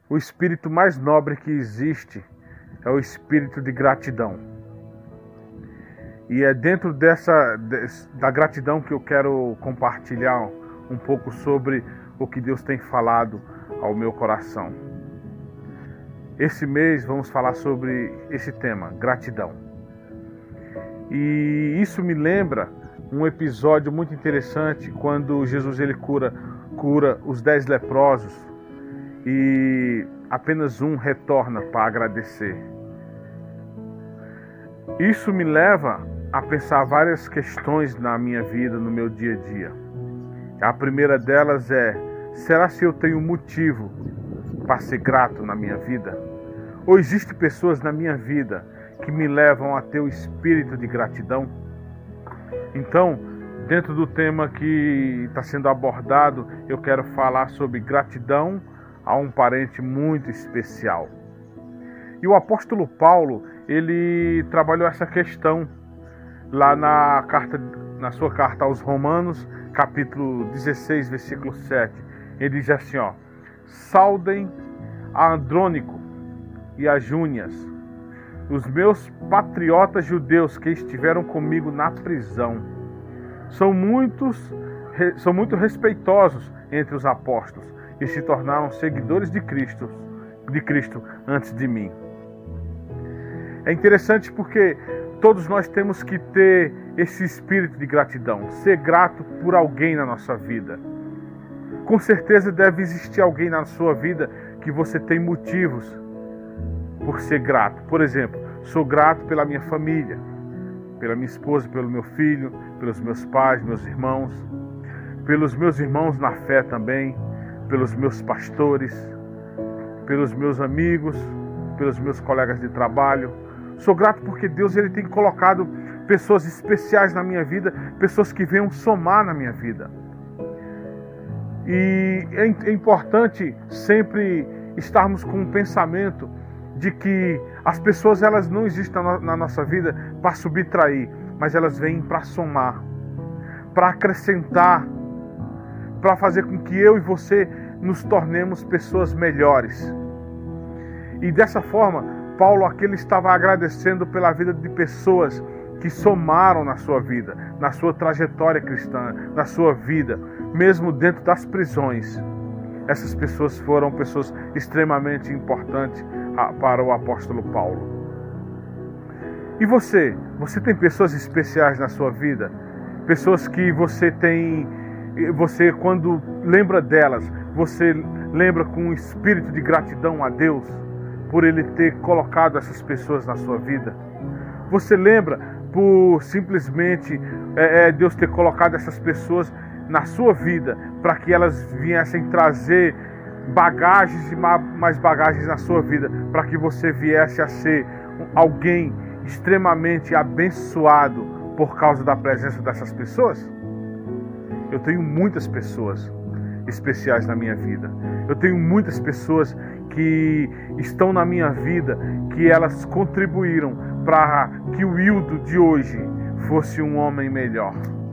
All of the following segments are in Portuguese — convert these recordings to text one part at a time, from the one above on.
O espírito mais nobre que existe é o espírito de gratidão. E é dentro da gratidão que eu quero compartilhar um pouco sobre o que Deus tem falado ao meu coração. Esse mês vamos falar sobre esse tema, gratidão. E isso me lembra um episódio muito interessante quando Jesus ele cura os 10 leprosos e apenas um retorna para agradecer. Isso me leva a pensar várias questões na minha vida, no meu dia a dia. A primeira delas é: será que eu tenho motivo para ser grato na minha vida? Ou existem pessoas na minha vida que me levam a ter o espírito de gratidão? Então, dentro do tema que está sendo abordado, eu quero falar sobre gratidão a um parente muito especial. E o apóstolo Paulo, ele trabalhou essa questão lá na sua carta aos Romanos, capítulo 16, versículo 7. Ele diz assim, saudem a Andrônico e a Júnias, os meus patriotas judeus que estiveram comigo na prisão. São muito respeitosos entre os apóstolos e se tornaram seguidores de Cristo antes de mim. É interessante porque todos nós temos que ter esse espírito de gratidão, ser grato por alguém na nossa vida. Com certeza deve existir alguém na sua vida que você tem motivos por ser grato. Por exemplo, sou grato pela minha família, pela minha esposa, pelo meu filho, pelos meus pais, meus irmãos, pelos meus irmãos na fé também, pelos meus pastores, pelos meus amigos, pelos meus colegas de trabalho. Sou grato porque Deus ele tem colocado pessoas especiais na minha vida, pessoas que venham somar na minha vida. E é importante sempre estarmos com um pensamento de que as pessoas elas não existem na nossa vida para subtrair, mas elas vêm para somar, para acrescentar, para fazer com que eu e você nos tornemos pessoas melhores. E dessa forma, Paulo aqui ele estava agradecendo pela vida de pessoas que somaram na sua vida, na sua trajetória cristã, na sua vida, mesmo dentro das prisões. Essas pessoas foram pessoas extremamente importantes para o apóstolo Paulo. E você? Você tem pessoas especiais na sua vida? Pessoas que você quando lembra delas, você lembra com um espírito de gratidão a Deus por Ele ter colocado essas pessoas na sua vida? Você lembra por simplesmente Deus ter colocado essas pessoas na sua vida para que elas viessem trazer bagagens e mais bagagens na sua vida, para que você viesse a ser alguém extremamente abençoado por causa da presença dessas pessoas? Eu tenho muitas pessoas especiais na minha vida. Eu tenho muitas pessoas que estão na minha vida, que elas contribuíram para que o Hildo de hoje fosse um homem melhor,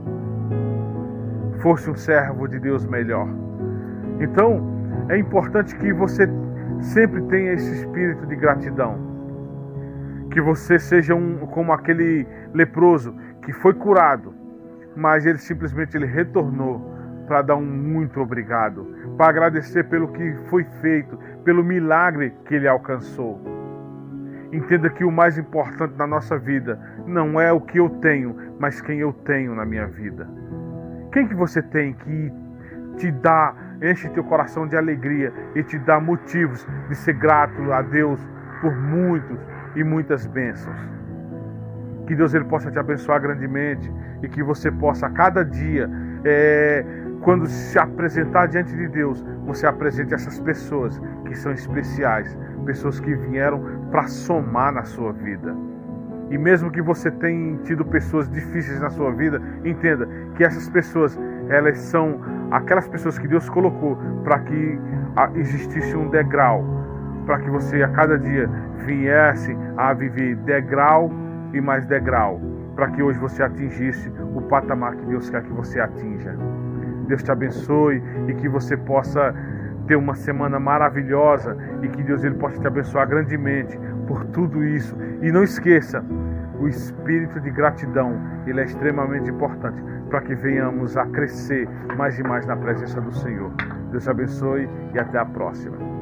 fosse um servo de Deus melhor. Então, é importante que você sempre tenha esse espírito de gratidão. Que você seja como aquele leproso que foi curado, mas ele simplesmente retornou para dar um muito obrigado, para agradecer pelo que foi feito, pelo milagre que ele alcançou. Entenda que o mais importante na nossa vida não é o que eu tenho, mas quem eu tenho na minha vida. Quem que você tem que te dá, enche teu coração de alegria e te dá motivos de ser grato a Deus por muitos e muitas bênçãos. Que Deus ele possa te abençoar grandemente e que você possa a cada dia, quando se apresentar diante de Deus, você apresente essas pessoas que são especiais, pessoas que vieram para somar na sua vida. E mesmo que você tenha tido pessoas difíceis na sua vida, entenda que essas pessoas, elas são aquelas pessoas que Deus colocou para que existisse um degrau, para que você a cada dia viesse a viver degrau e mais degrau, para que hoje você atingisse o patamar que Deus quer que você atinja. Deus te abençoe e que você possa ter uma semana maravilhosa e que Deus ele possa te abençoar grandemente por tudo isso. E não esqueça, o espírito de gratidão, ele é extremamente importante para que venhamos a crescer mais e mais na presença do Senhor. Deus abençoe e até a próxima.